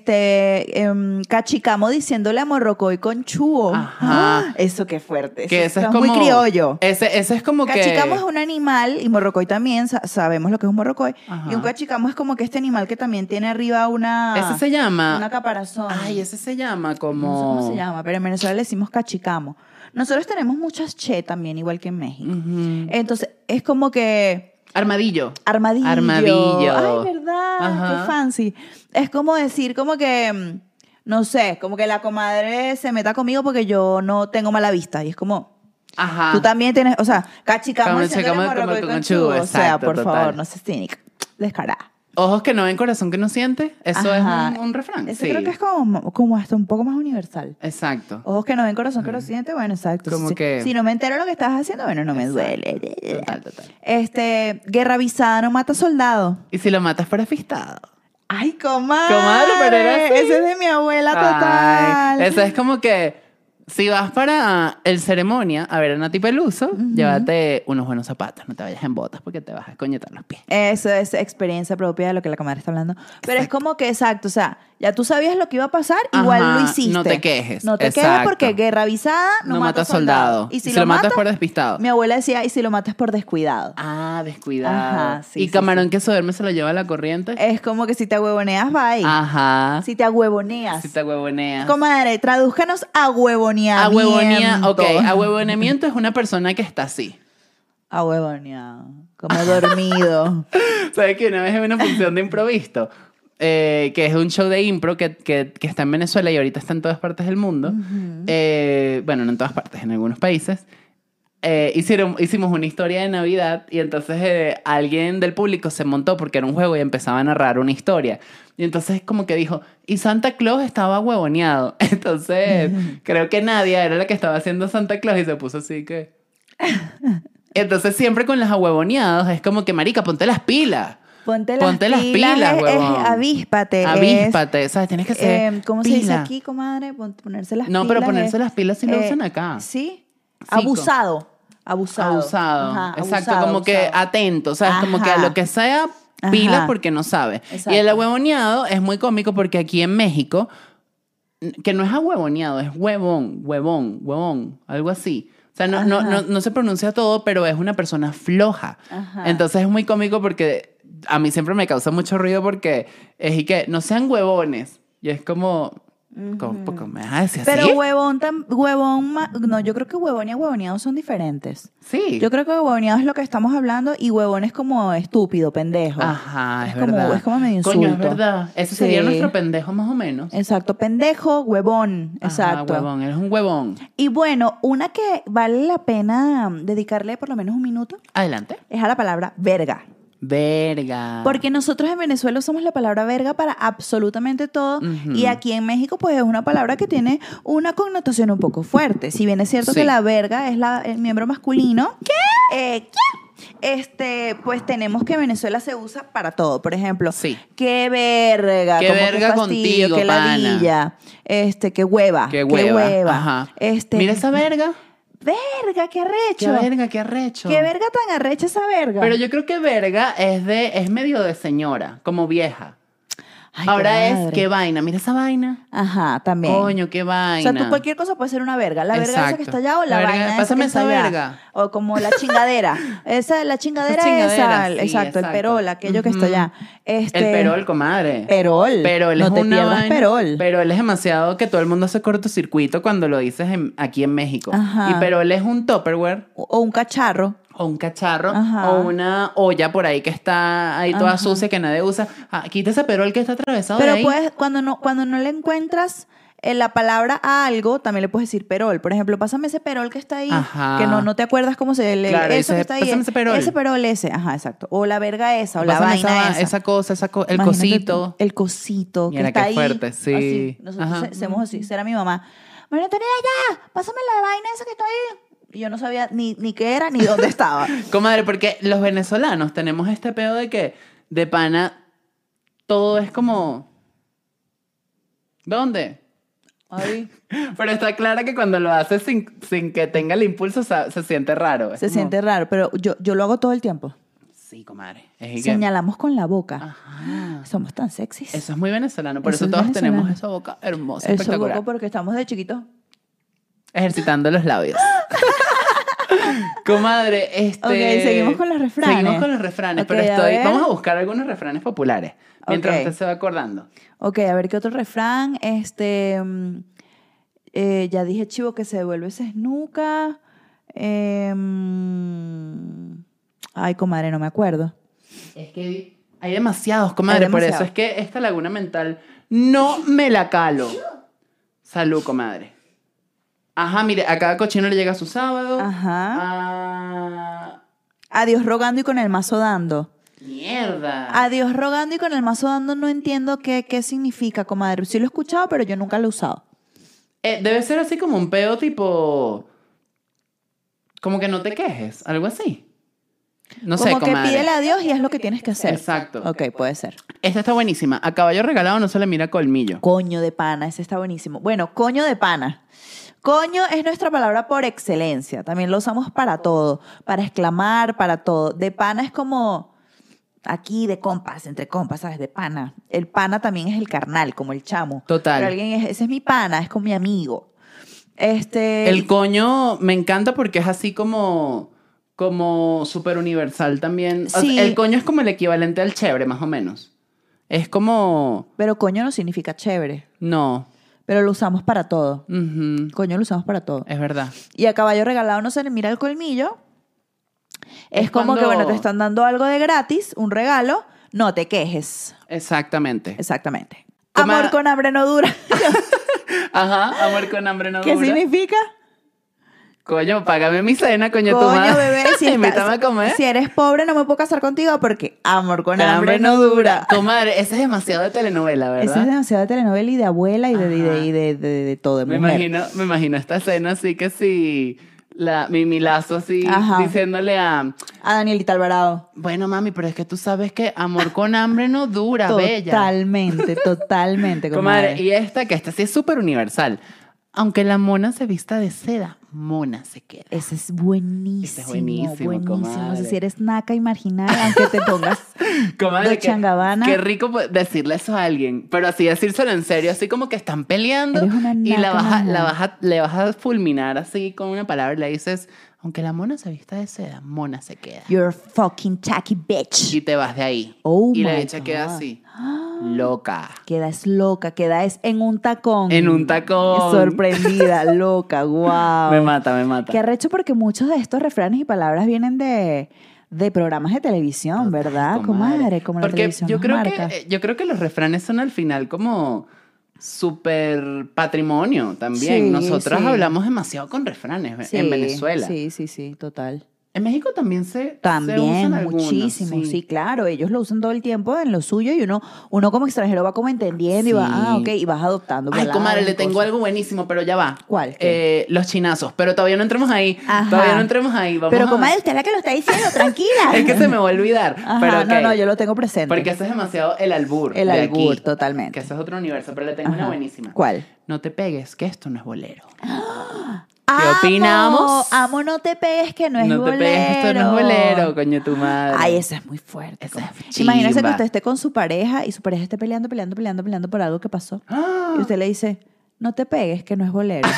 Este, em, Cachicamo diciéndole a Morrocoy con chuo. Ajá. Ah, eso qué fuerte. Que eso ese es está como... muy criollo. Ese, ese es como que... Cachicamo es un animal, y morrocoy también, sa- sabemos lo que es un morrocoy. Ajá. Y un cachicamo es como que este animal que también tiene arriba una... Ese se llama... Una caparazón. Ay, ese se llama como... No sé cómo se llama, pero en Venezuela le decimos cachicamo. Nosotros tenemos muchas che también, igual que en México. Ujú. Entonces, es como que... Armadillo. Armadillo. Armadillo. Ay, verdad, Ajá. qué fancy. Es como decir, como que, mm, no sé, como que la comadre se meta conmigo porque yo no tengo mala vista. Y es como, Ajá. tú también tienes, o sea, cachicamos Como diciéndole chicamos morrocoy como con con chubo, chubo. O sea, exacto, por total. favor, no seas cínica. Descarada. Ojos que no ven, corazón que no siente. Eso Ajá. es un, un refrán. Eso sí. creo que es como, como hasta un poco más universal. Exacto. Ojos que no ven, corazón que no siente, bueno, exacto. Como si, que- si no me entero lo que estás haciendo, bueno, no me Exacto. duele. Total, total. Este, guerra avisada no mata soldado. Y si lo matas por afistado. Ay, comadre. Comadre, pero era así. Ese es de mi abuela total. Ay, eso es como que si vas para el ceremonia a ver a Nati Peluso, llévate unos buenos zapatos. No te vayas en botas porque te vas a coñetar los pies. Eso es experiencia propia de lo que la comadre está hablando. Pero es como que, exacto, o sea, ya tú sabías lo que iba a pasar, igual Ajá, lo hiciste. no te quejes, No te exacto. quejes porque guerra avisada no, No mata mata soldado. Y si, Y si lo, lo matas matas por despistado. Mi abuela decía, y si lo matas por descuidado. Ah, descuidado. Ajá, sí, y sí, camarón sí. que se duerme se lo lleva a la corriente. Es como que si te ahuevoneas, bye. Ajá. Si te ahuevoneas. Si te huevoneas. Comadre, tradúzcanos a huevoneamiento. A huevonía, ok, a huevonamiento es una persona que está así. A huevoneado. Como dormido. ¿Sabes que una vez en una función de improvisto, eh, que es un show de impro que, que, que está en Venezuela y ahorita está en todas partes del mundo, eh, bueno, no en todas partes, en algunos países, eh, hicieron, hicimos una historia de Navidad y entonces eh, alguien del público se montó porque era un juego y empezaba a narrar una historia. Y entonces como que dijo, y Santa Claus estaba huevoneado. Entonces creo que Nadia era la que estaba haciendo Santa Claus y se puso así que... Entonces siempre con las ahuevoneados es como que, marica, ponte las pilas. Ponte las Ponte las pilas, pilas, es, huevón. es avíspate. Avíspate, es, ¿sabes? Tienes que ser eh, ¿Cómo pila. se dice aquí, comadre? Pon- Ponerse las No, pilas. pero ponerse es, las pilas sí lo eh, usan acá. ¿Sí? Sí, Abusado. Abusado. Abusado. Ajá, Exacto, abusado, como que abusado. atento, ¿sabes? Como que a Ajá. lo que sea, pila Ajá. porque no sabe. Exacto. Y el ahuevoneado es muy cómico porque aquí en México, que no es ahuevoneado, es huevón, huevón, huevón, algo así. O sea, no, no, Ajá. no, no se pronuncia todo, pero es una persona floja. Ajá. Entonces es muy cómico porque a mí siempre me causa mucho ruido porque es y que no sean huevones. Y es como, ¿cómo, cómo me vas a decir Pero así? huevón, tam- huevón, ma- no, yo creo que huevón y huevoneado son diferentes. Sí. Yo creo que huevoneado es lo que estamos hablando y huevón es como estúpido, pendejo. Ajá, es, es como, verdad. es como medio insulto. Coño, es verdad. Ese Sí. sería nuestro pendejo más o menos. Exacto, pendejo, huevón, exacto. Ajá, huevón, eres un huevón. Y bueno, una que vale la pena dedicarle por lo menos un minuto Adelante. es a la palabra verga. Verga. Porque nosotros en Venezuela usamos la palabra verga para absolutamente todo. Ujú. Y aquí en México, pues es una palabra que tiene una connotación un poco fuerte. Si bien es cierto Sí. que la verga es la, el miembro masculino. ¿Qué? Eh, ¿qué? Este, pues tenemos que Venezuela se usa para todo. Por ejemplo, Sí. qué verga, Qué como verga fastidio, contigo, qué pana. ladilla, este, qué hueva, Qué hueva. hueva. Ajá. Este, Mira esa verga. verga, qué arrecho. Qué verga, qué arrecho. Qué verga tan arrecha esa verga. Pero yo creo que verga es de es medio de señora, como vieja. Ay, Ahora qué es madre. qué vaina. Mira esa vaina. Ajá, también. Coño, qué O vaina. sea, tú cualquier cosa puede ser una verga. La verga esa Exacto. que está allá o la, La verga- vaina esa pásame que está esa allá. verga. O como la chingadera. esa, la chingadera, Esa chingadera, esa. sí, exacto, el exacto. perol, aquello que está Ujú. allá. Este, El perol, comadre. Perol. Perol No es te una pierdas vaina- perol. Perol es demasiado que todo el mundo hace cortocircuito cuando lo dices en- aquí en México. Ajá. Y perol es un Tupperware O, o un cacharro. o un cacharro Ajá. o una olla por ahí que está ahí toda Ajá. sucia que nadie usa. Ah, quita ese perol que está atravesado de Pero ahí. puedes, cuando no, cuando no le encuentras eh, la palabra a algo, también le puedes decir perol. Por ejemplo, pásame ese perol que está ahí, Ajá. que no, no te acuerdas cómo se lee. Claro, eso dice, que está ahí. "Pásame ese perol". Ese perol ese. Ajá, exacto. O la verga esa, o la Pásame vaina esa, esa. esa cosa, esa co- el Imagínate cosito. tú, El cosito que Mira, está qué ahí. fuerte, sí. Así. Nosotros Ajá. ha- hacemos así. Será mi mamá. María Antonia, ya, pásame la vaina esa que está ahí. Y yo no sabía ni, ni qué era ni dónde estaba. Comadre, porque los venezolanos tenemos este pedo de que de pana todo es como... ¿Dónde? Ahí. Pero está clara que cuando lo haces sin, sin que tenga el impulso se, se siente raro. Es Se como- siente raro, pero yo, yo lo hago todo el tiempo. Sí, comadre. Es que- Señalamos con la boca. Ajá. Somos tan sexys. Eso es muy venezolano. Por Eso eso, es todos venezolano. tenemos esa boca hermosa, El espectacular. soboco porque estamos de chiquitos. Ejercitando los labios. Comadre, este... Ok, seguimos con los refranes. Seguimos con los refranes, Ok, pero a estoy... ver. Vamos a buscar algunos refranes populares. Mientras Ok. usted se va acordando. Ok, a ver qué otro refrán. Este. mm, eh, ya dije, chivo, que se devuelve ese snuca. Eh, mm, ay, comadre, no me acuerdo. Es que hay demasiados, comadre. Hay Por eso demasiados. es que esta laguna mental no me la calo. Salud, comadre. Ajá, mire, a cada cochino le llega su sábado. Ajá. Ah, Adiós rogando y con el mazo dando. mierda. Adiós rogando y con el mazo dando no entiendo qué, qué significa, comadre. Sí lo he escuchado, pero yo nunca lo he usado. Eh, debe ser así como un peo tipo... Como que no te quejes, algo así. No sé, Como que comadre. pídele a Dios y es lo que tienes que hacer. Exacto. Ok, puede ser. Esta está buenísima. A caballo regalado no se le mira colmillo. Coño de pana, ese está buenísimo. Bueno, coño de pana. Coño es nuestra palabra por excelencia. También lo usamos para todo, para exclamar, para todo. De pana es como aquí de compas, entre compas, ¿sabes? De pana. El pana también es el carnal, como el chamo. Total. Pero alguien es, ese es mi pana, es con mi amigo. Este. El coño me encanta porque es así como... Como súper universal también. O sea, Sí. el coño es como el equivalente al chévere, más o menos. Es como... Pero coño no significa chévere. No. Pero lo usamos para todo. Ujú. Coño lo usamos para todo. Es verdad. Y a caballo regalado no se le mira el colmillo. Es, Es como que, cuando- bueno, te están dando algo de gratis, un regalo, no te quejes. Exactamente. Exactamente. Coma- Amor con hambre no dura. Ajá, amor con hambre no ¿Qué dura. significa? Coño, págame mi cena, coño, tu Coño, madre. bebé, si, Invítame estás- a comer. si eres pobre no me puedo casar contigo porque amor con El hambre no dura. Comadre, ese es demasiado de telenovela, ¿verdad? Ese es demasiado de telenovela y de abuela y de, y de, Ajá. y de, de- de todo, de Me mujer. imagino, me imagino esta escena así que sí, la, mi, mi lazo así, Ajá. diciéndole a, A Danielita Alvarado. bueno, mami, pero es que tú sabes que amor con hambre no dura, bella. Totalmente, totalmente, Comadre, comadre. y esta, que esta sí es súper universal. Aunque la mona se vista de seda, mona se queda. Ese es buenísimo. Ese es buenísimo, buenísimo. comadre. O sea, si eres naca y marginal, aunque te pongas Comadre, Dolce and Gabbana. qué rico po- decirle eso a alguien, pero así decírselo en serio, así como que están peleando Eres una y la naca vas, a, mamón. la vas a- le vas a fulminar así con una palabra y le dices, aunque la mona se vista de seda, mona se queda. You're a fucking tacky bitch. Y te vas de ahí. Oh y la my hecha queda God. así, loca. Queda es loca, queda es en un tacón. En un tacón. Sorprendida, loca, wow. Me mata, me mata. Qué arrecho porque muchos de estos refranes y palabras vienen de, de programas de televisión, ¿verdad, comadre? Como la Porque televisión yo nos creo, marca. que, eh, yo creo que los refranes son al final como súper patrimonio también. Sí, Nosotros sí. hablamos demasiado con refranes Sí, en Venezuela. Sí, sí, sí, total. En México también se, se También, usan algunos. muchísimo, sí. claro, ellos lo usan todo el tiempo en lo suyo y uno, uno como extranjero va como entendiendo y va, Sí. ah, ok, y vas adoptando. Ay, palabras comadre, y le tengo cosas. algo buenísimo, pero ya va. ¿Cuál? Eh, los chinazos. Pero todavía no entremos ahí. Ajá. Todavía no entremos ahí. Vamos Pero a- comadre, usted es la que lo está diciendo, tranquila. Es que se me va a olvidar. Ajá, pero no, ok. no, yo lo tengo presente. Porque ese es demasiado el albur. El de albur, aquí, totalmente. Que ese es otro universo, pero le tengo una Ajá. buenísima. ¿Cuál? No te pegues, que esto no es bolero. ¿Qué opinamos? Amo, no te pegues que no es no bolero. te pegues, que esto no es bolero, coño, tu madre. Ay, eso es muy fuerte. Esa es comadre. Imagínese que chimba. usted esté con su pareja y su pareja esté peleando, peleando, peleando, peleando por algo que pasó. ¡Ah! Y usted le dice, no te pegues, que no es bolero.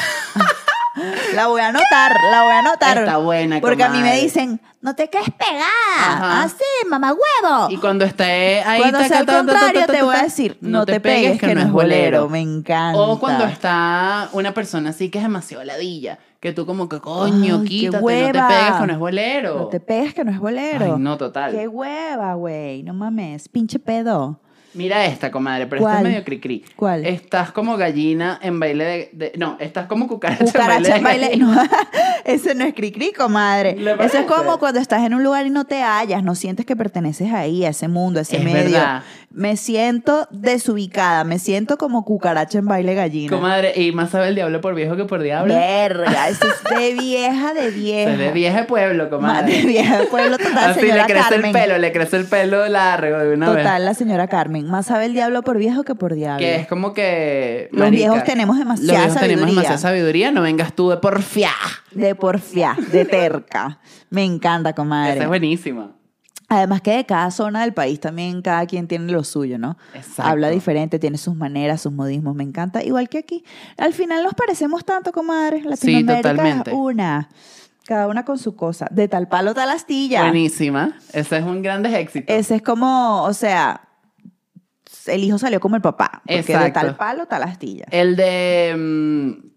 La voy a anotar, la voy a anotar. Está buena, Porque a mí me comadre. dicen, no te quedes pegada. Ajá. Así, mamá huevo. Y cuando esté ahí... Cuando taca, sea al ta, ta, ta, contrario, ta, ta, te voy a ta, decir, no te pegues, que no es bolero. Me encanta. O cuando está una persona así que es demasiado ladilla, que tú como que, coño, Ay, qué quítate, no te hueva. pegues, que no es bolero. No te pegues, que no es bolero. Ay, no, total. Qué hueva, güey. No mames. Pinche pedo. Mira esta, comadre, pero esta ¿Cuál? es medio cri-cri. ¿Cuál? Estás como gallina en baile de... de- no, estás como cucaracha, Cucaracha en baile. gallina. No, ese no es cri-cri, comadre. ¿Le Eso es parece? como cuando estás en un lugar y no te hallas, no sientes que perteneces ahí, a ese mundo, a ese Es medio. verdad. Me siento desubicada, me siento como cucaracha en baile gallina. Comadre, y más sabe el diablo por viejo que por diablo. Verga, eso es de vieja, de vieja. Se ve vieja de pueblo, Ma- comadre. De vieja de pueblo total, Así señora le crece Carmen. el pelo, le crece el pelo largo de una vez. Total, la señora Carmen. Más sabe el diablo por viejo que por diablo. Que es como que... Los viejos tenemos demasiada Los viejos tenemos sabiduría. demasiada sabiduría, no vengas tú de porfiá. De porfia, de terca. Me encanta, comadre. Esa es buenísima. Además que de cada zona del país también cada quien tiene lo suyo, ¿no? Exacto. Habla diferente, tiene sus maneras, sus modismos, me encanta. Igual que aquí. Al final nos parecemos tanto, comadre. Latinoamérica totalmente. es una. Cada una con su cosa. De tal palo, tal astilla. Buenísima. Ese es un grande éxito. Ese es como, o sea, el hijo salió como el papá. Porque de Exacto. tal palo, tal astilla. El de... mm,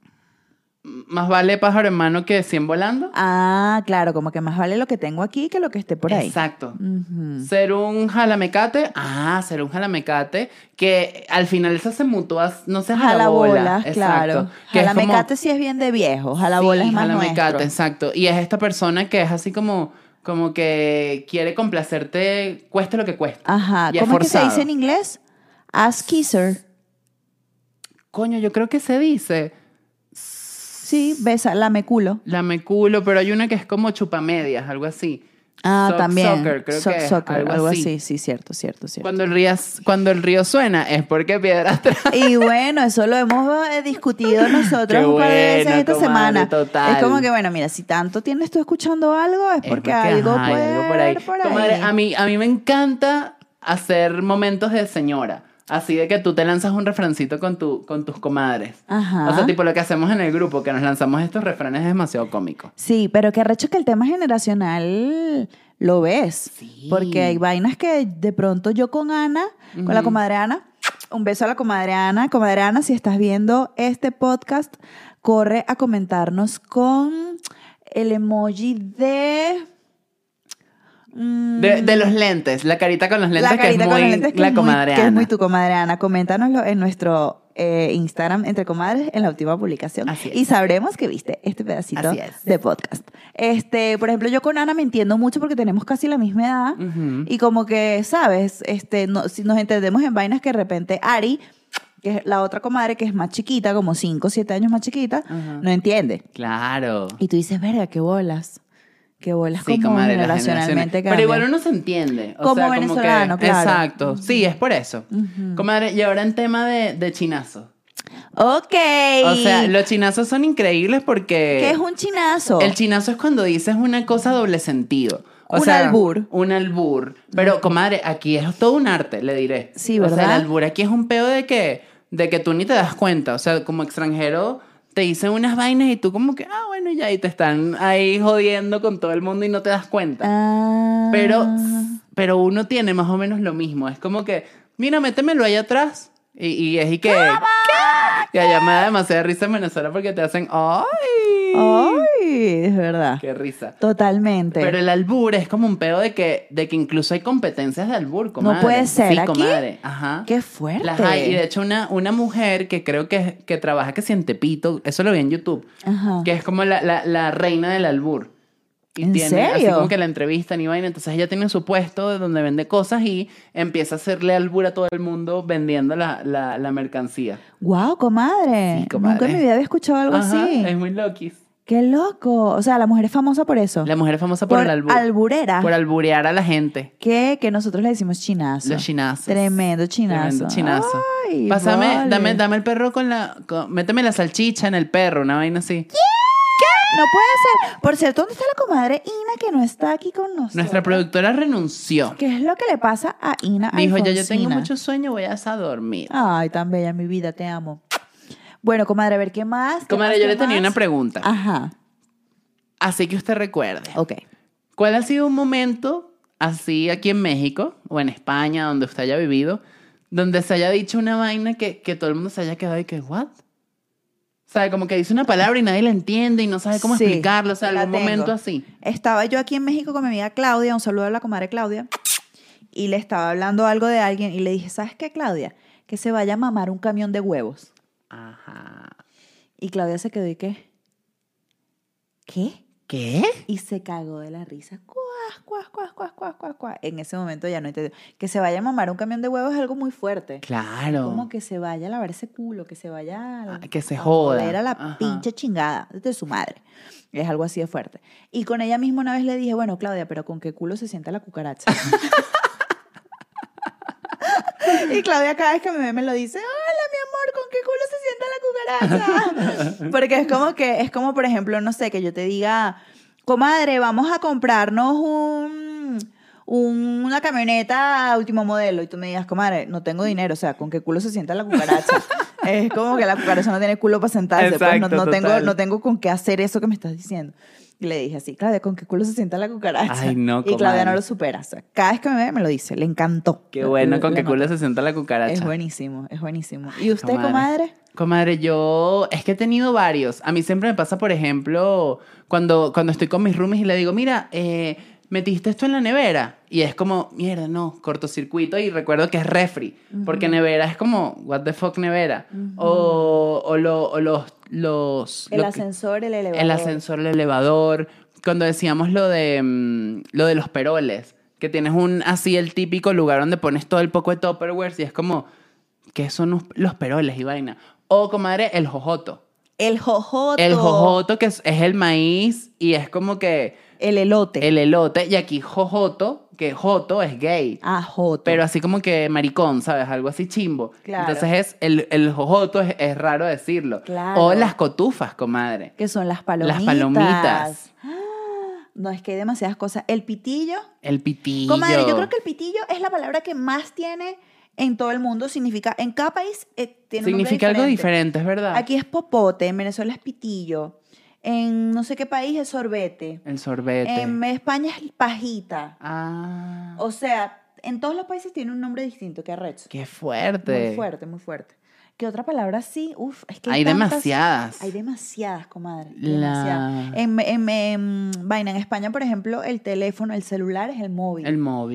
más vale pájaro en mano que cien volando. Ah, claro, como que más vale lo que tengo aquí que lo que esté por ahí. Exacto. Ujú. Ser un jalamecate. Ah, ser un jalamecate. Que al final eso se mutúa. No sé, Jalabola, Exacto. claro. Que es como- Jalamecate sí es bien de viejo. Jalabola Sí, es más jalamecate, nuestro. exacto. Y es esta persona que es así como, como que quiere complacerte, cueste lo que cueste. Ajá. Y es ¿Cómo es que se forzado. dice en inglés? Ass kisser. Coño, yo creo que se dice Sí, besa, lame culo. lame culo, pero hay una que es como chupamedias, algo así. Ah, Sock también. Soccer, creo Sock que es, soccer, algo algo así. así. Sí, cierto, cierto, cierto. Cuando el, río, cuando el río suena es porque piedras trae. Y bueno, eso lo hemos eh, discutido nosotros Qué un par de veces bueno, esta comadre, semana. total. Es como que, bueno, mira, si tanto tienes tú escuchando algo, es Es porque, algo, ajá, hay puede algo por ahí. haber por ahí. Comadre, a mí, a mí me encanta hacer momentos de señora. Así de que tú te lanzas un refrancito con, tu, con tus comadres. Ajá. O sea, tipo lo que hacemos en el grupo, que nos lanzamos estos refranes es demasiado cómico. Sí, pero qué arrecho que el tema generacional lo ves. Sí. Porque hay vainas que de pronto yo con Ana, con la comadre Ana, un beso a la comadre Ana. Comadre Ana, si estás viendo este podcast, corre a comentarnos con el emoji de... mm, De, de los lentes, la carita con los lentes, la que es carita muy con los lentes que la es muy- comadre que es Ana. muy tu comadre Ana. Coméntanoslo en nuestro eh, Instagram Entre Comadres en la última publicación. Así es. Y sabremos que viste este pedacito Así es. de podcast. Este, por ejemplo, yo con Ana me entiendo mucho porque tenemos casi la misma edad. Ujú. Y como que, ¿sabes? Este, no, si nos entendemos en vainas que de repente Ari, que es la otra comadre que es más chiquita, como cinco o siete años más chiquita, Ajá. no entiende. Claro. Y tú dices, verga, qué bolas. Qué bolas Sí, como comadre, las generacionalmente generaciones. Pero cambian. igual uno se entiende. O Como sea, venezolano, como que, claro. Exacto. Sí, es por eso. Comadre, y ahora en tema de, de chinazo. Ok. O sea, los chinazos son increíbles porque... ¿Qué es un chinazo? El chinazo es cuando dices una cosa doble sentido. O Un sea, albur. Un albur. Pero, comadre, aquí es todo un arte, le diré. Sí, O sea, ¿verdad? el albur aquí es un pedo de que, de que tú ni te das cuenta. O sea, como extranjero te dicen unas vainas y tú como que, ah, bueno, ya, y te están ahí jodiendo con todo el mundo y no te das cuenta. Ah. Pero, pero uno tiene más o menos lo mismo. Es como que, mira, métemelo ahí atrás. Y, y es y que... ¿qué? Y allá me da demasiada risa en Venezuela porque te hacen, ¡ay! Ay, es verdad. ¡Qué risa! Totalmente. Pero el albur es como un pedo de que, de que incluso hay competencias de albur, comadre. No puede ser. Sí, ¿Aquí? comadre. Ajá. Qué fuerte. Las hay. Y de hecho una, una mujer que creo que, que trabaja que si en Tepito, eso lo vi en YouTube, Ajá. que es como la, la, la reina del albur. Y ¿En tiene, serio? Así como que la entrevistan y vaina. Entonces ella tiene su puesto de donde vende cosas y empieza a hacerle albur a todo el mundo vendiendo la, la, la mercancía. Wow, comadre. Sí, comadre. Nunca en mi vida había escuchado algo Ajá, así. es muy loquis. Qué loco. O sea, la mujer es famosa por eso. La mujer es famosa por, el albur. alburera. Por alburear a la gente. Que, que nosotros le decimos chinazo. Los chinazos. Tremendo chinazo. Tremendo chinazo. Ay, Pásame, vale. dame, dame el perro con la... con- méteme la salchicha en el perro, una vaina así. No puede ser. Por cierto, ¿dónde está la comadre Ina que no está aquí con nosotros? Nuestra productora renunció. ¿Qué es lo que le pasa a Ina Dijo, ya yo tengo Alfonsina? mucho sueño, voy a ir a dormir. Ay, tan bella mi vida, te amo. Bueno, comadre, a ver, ¿qué más? ¿Qué Comadre, más, yo qué le tenía más? una pregunta. Ajá, Así que usted recuerde. ok. ¿Cuál ha sido un momento así aquí en México o en España, donde usted haya vivido, donde se haya dicho una vaina que, que todo el mundo se haya quedado y que, ¿what? O sea, como que dice una palabra y nadie la entiende y no sabe cómo Sí, explicarlo. O sea, la algún tengo. momento así. Estaba yo aquí en México con mi amiga Claudia, un saludo a la comadre Claudia, y le estaba hablando algo de alguien y le dije, ¿sabes qué, Claudia? Que se vaya a mamar un camión de huevos. Ajá. Y Claudia se quedó y ¿qué? ¿Qué? ¿Qué? Y se cagó de la risa. Cuas, cuas, cuas, cuas, cuas, cuas, cuas. En ese momento ya no entendió. Que se vaya a mamar un camión de huevos es algo muy fuerte. Claro. Como que se vaya a lavar ese culo, que se vaya a, Ah, que se a joda. joder a la Ajá. pinche chingada de su madre. Es algo así de fuerte. Y con ella misma una vez le dije, bueno, Claudia, pero ¿con qué culo se sienta la cucaracha? Y Claudia cada vez que me ve me lo dice, hola, mi amor, ¿con qué culo se sienta la cucaracha? Porque es como que, es como, por ejemplo, no sé, que yo te diga, comadre, vamos a comprarnos un, un- una camioneta último modelo. Y tú me digas, comadre, no tengo dinero. O sea, ¿con qué culo se sienta la cucaracha? Es como que la cucaracha no tiene culo para sentarse. Pues no, Exacto, no tengo, total. no tengo con qué hacer eso que me estás diciendo. Y le dije así, Claudia, ¿con qué culo se sienta la cucaracha? Ay, no, Y Claudia comadre. no lo supera. O sea, cada vez que me ve me lo dice. Le encantó. Qué bueno, con Le qué culo mató. se sienta la cucaracha. Es buenísimo, es buenísimo. ¿Y usted, comadre? Comadre, yo es que he tenido varios. A mí siempre me pasa, por ejemplo, cuando, cuando estoy con mis roomies y le digo, mira, eh, metiste esto en la nevera. Y es como, mierda, no, cortocircuito. Y recuerdo que es refri. Porque nevera es como, what the fuck, nevera. O, o, lo- o los... los El lo que- ascensor, el elevador. El ascensor, el elevador. Cuando decíamos lo de, mm, lo de los peroles. Que tienes un así el típico lugar donde pones todo el poco de Tupperware. Y es como, ¿qué son los- los peroles y vaina? O, comadre, el jojoto. El jojoto. El jojoto, que es, es el maíz y es como que El elote. el elote. Y aquí jojoto, que joto es gay. Ah, joto. Pero así como que maricón, ¿sabes? Algo así chimbo. Claro. Entonces es el, el jojoto es, es raro decirlo. Claro. O las cotufas, comadre. Que son las palomitas. Las palomitas. Ah, no, es que hay demasiadas cosas. El pitillo. El pitillo. Comadre, yo creo que el pitillo es la palabra que más tiene en todo el mundo. Significa, en cada país eh, tiene un nombre significa algo diferente, es verdad. Aquí es popote, en Venezuela es pitillo. En no sé qué país es sorbete. El sorbete. En España es pajita. Ah. O sea, en todos los países tiene un nombre distinto, que arrecho. Qué fuerte. Muy fuerte, muy fuerte. ¿Qué otra palabra sí? Uf, es que Hay tantas- demasiadas. Hay demasiadas, comadre. La- Demasiadas. En, en, en- vaina, en España, por ejemplo, el teléfono, el celular es el móvil. El móvil.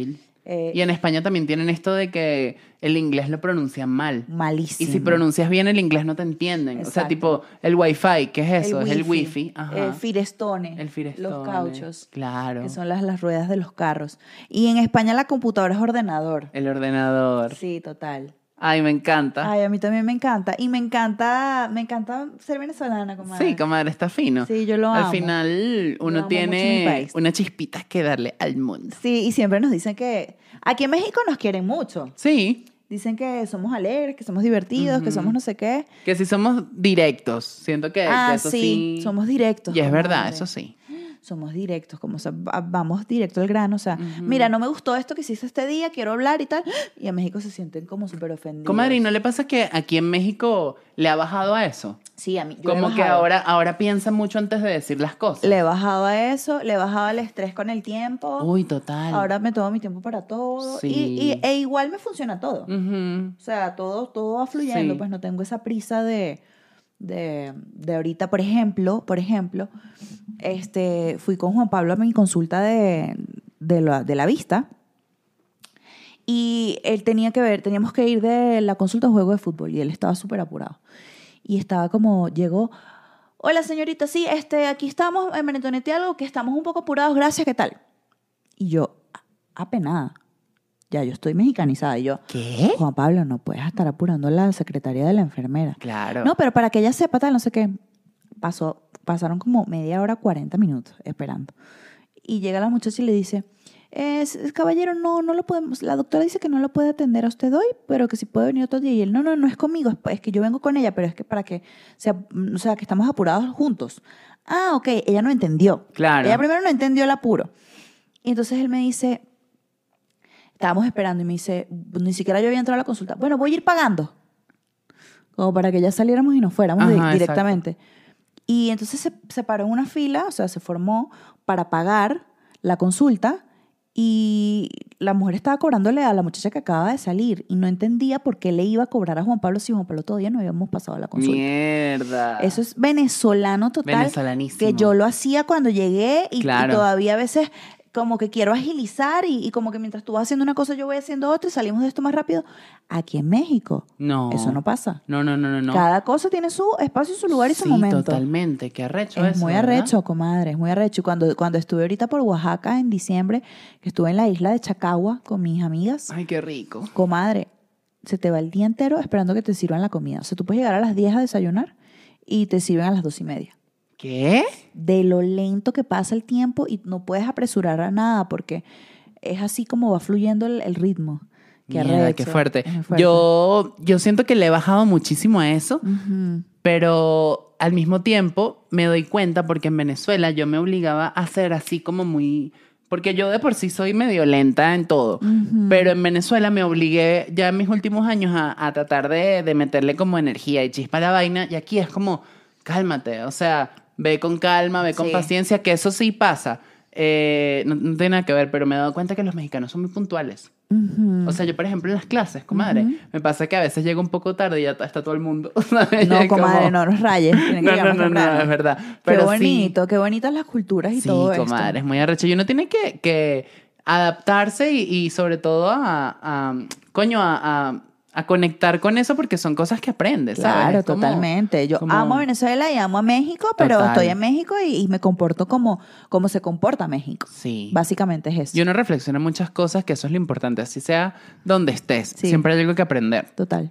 Eh, Y en España también tienen esto de que el inglés lo pronuncian mal. Malísimo. Y si pronuncias bien el inglés no te entienden. O sea, Exacto. tipo, el wifi, ¿qué es eso? El es el wifi, wifi. Ajá. El firestone. El firestone. Los cauchos. Claro. Que son las, las ruedas de los carros. Y en España la computadora es ordenador. El ordenador. Sí, total. Ay, me encanta. Ay, a mí también me encanta. Y me encanta, me encanta ser venezolana, comadre. Sí, comadre, está fino. Sí, yo lo amo. Al final Yo uno amo mucho mi tiene país. una chispita que darle al mundo. Sí, y siempre nos dicen que aquí en México nos quieren mucho. Sí, Dicen que somos alegres, que somos divertidos, que Ujú. somos no sé qué. que si somos directos. Siento que, ah, que eso sí, sí. somos directos. Y es comadre. verdad, eso sí. Somos directos, como o sea, va- vamos directo al grano. O sea, mira, no me gustó esto que hiciste este día, quiero hablar y tal. Y en México se sienten como súper ofendidos. Comadre, ¿y no le pasa que aquí en México le ha bajado a eso? Sí, a mí. Yo le he Como que bajado. ahora, ahora piensa mucho antes de decir las cosas. Le he bajado a eso, le he bajado al estrés con el tiempo. Uy, total. Ahora me tomo mi tiempo para todo. Sí. Y, y- e igual me funciona todo. Ujú. O sea, todo, todo va fluyendo, Sí. pues no tengo esa prisa de, de, de ahorita, por ejemplo, por ejemplo, este, fui con Juan Pablo a mi consulta de, de, la, de la vista y él tenía que ver, teníamos que ir de la consulta a un juego de fútbol y él estaba súper apurado. Y estaba como, llegó, hola señorita, sí, este, aquí estamos en Benetonet y algo, que estamos un poco apurados, gracias, ¿qué tal? Y yo, apenada. Ya, yo estoy mexicanizada. Y yo, ¿Qué? Juan Pablo, no puedes estar apurando a la secretaria de la enfermera. Claro. No, pero para que ella sepa tal, no sé qué. Pasó, pasaron como media hora, cuarenta minutos esperando. Y llega la muchacha y le dice, es, es, caballero, no, no lo podemos, la doctora dice que no lo puede atender a usted hoy, pero que si puede venir otro día. Y él, no, no, no es conmigo, es, es que yo vengo con ella, pero es que para que sea, o sea, que estamos apurados juntos. Ah, ok, ella no entendió. Claro. Ella primero no entendió el apuro. Y entonces él me dice, estábamos esperando y me dice, ni siquiera yo había entrado a la consulta. Bueno, voy a ir pagando. Como para que ya saliéramos y nos fuéramos Ajá, di- directamente. Y entonces se, se paró en una fila, o sea, se formó para pagar la consulta y la mujer estaba cobrándole a la muchacha que acaba de salir y no entendía por qué le iba a cobrar a Juan Pablo si Juan Pablo todavía no habíamos pasado la consulta. Mierda. Eso es venezolano total. Venezolanísimo. Que yo lo hacía cuando llegué y, Claro. y todavía a veces como que quiero agilizar y, y como que mientras tú vas haciendo una cosa yo voy haciendo otra y salimos de esto más rápido. Aquí en México No. eso no pasa. No, no, no, no. no. Cada cosa tiene su espacio, su lugar y su sí, momento. totalmente. Qué arrecho Es eso, muy ¿verdad? arrecho, comadre, es muy arrecho. Y Cuando, cuando estuve ahorita por Oaxaca en diciembre, que estuve en la isla de Chacagua con mis amigas, Ay, qué rico. comadre, se te va el día entero esperando que te sirvan la comida. O sea, tú puedes llegar a las diez a desayunar y te sirven a las dos y media. ¿Qué? De lo lento que pasa el tiempo y no puedes apresurar a nada porque es así como va fluyendo el, el ritmo. Qué Mierda, arrecho. qué fuerte. Es muy fuerte. Yo, yo siento que le he bajado muchísimo a eso, Ujú. pero al mismo tiempo me doy cuenta porque en Venezuela yo me obligaba a ser así como muy... Porque yo de por sí soy medio lenta en todo, Ujú. pero en Venezuela me obligué ya en mis últimos años a, a tratar de, de meterle como energía y chispa a la vaina y aquí es como, cálmate, o sea, ve con calma, ve con Sí. paciencia, que eso sí pasa. Eh, no, no tiene nada que ver, pero me he dado cuenta que los mexicanos son muy puntuales. Ujú. O sea, yo, por ejemplo, en las clases, comadre, me pasa que a veces llego un poco tarde y ya está todo el mundo. ¿sabes? No, Es como- comadre, no nos rayes. Tienen que No, llegar no, más no, no, temprano. es verdad. Qué Pero bonito, qué bonitas las culturas y sí, todo sí, comadre, esto. es muy arrecho. Y uno tiene que, que adaptarse y, y sobre todo a, a coño, a, a, a conectar con eso porque son cosas que aprendes, ¿sabes? Claro, Es como- totalmente. Yo como- amo a Venezuela y amo a México, pero Total. estoy en México y, y me comporto como, como se comporta México. Sí. Básicamente es eso. Y uno reflexiona muchas cosas, que eso es lo importante. Así sea donde estés, Sí. siempre hay algo que aprender. Total.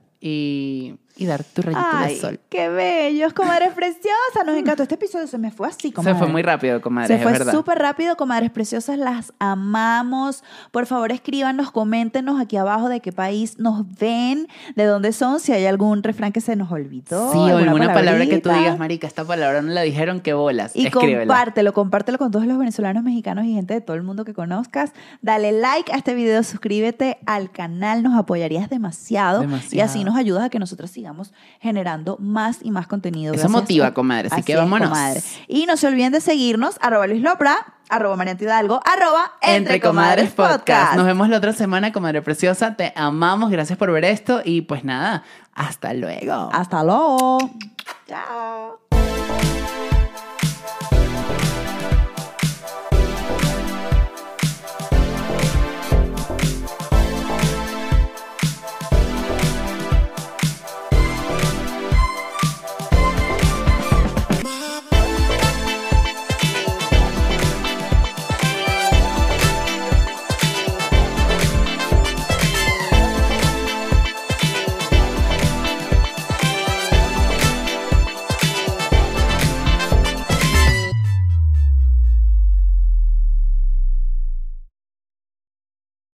Y, y dar tu rayito Ay, de sol. qué bellos, comadres preciosas. Nos encantó este episodio. Se me fue así, comadre. Se fue muy rápido, comadre, Se es fue verdad. súper rápido, comadres preciosas, las amamos. Por favor, escríbanos, coméntenos aquí abajo de qué país nos ven, de dónde son, si hay algún refrán que se nos olvidó. Sí, o alguna palabra que tú palabrita. digas, marica, esta palabra no la dijeron, qué bolas. Y Escríbela. compártelo, compártelo con todos los venezolanos, mexicanos y gente de todo el mundo que conozcas. Dale like a este video, suscríbete al canal, nos apoyarías demasiado. Demasiado. Y así nos ayudas a que nosotros sigamos generando más y más contenido. Eso Gracias motiva, a- comadre, así que es, vámonos. comadre. Y no se olviden de seguirnos, arroba Luis Lopra, arroba Mariana Hidalgo, arroba Entre Comadres Podcast. Nos vemos la otra semana, comadre preciosa. Te amamos, gracias por ver esto. Y pues nada, hasta luego. Hasta luego. Chao.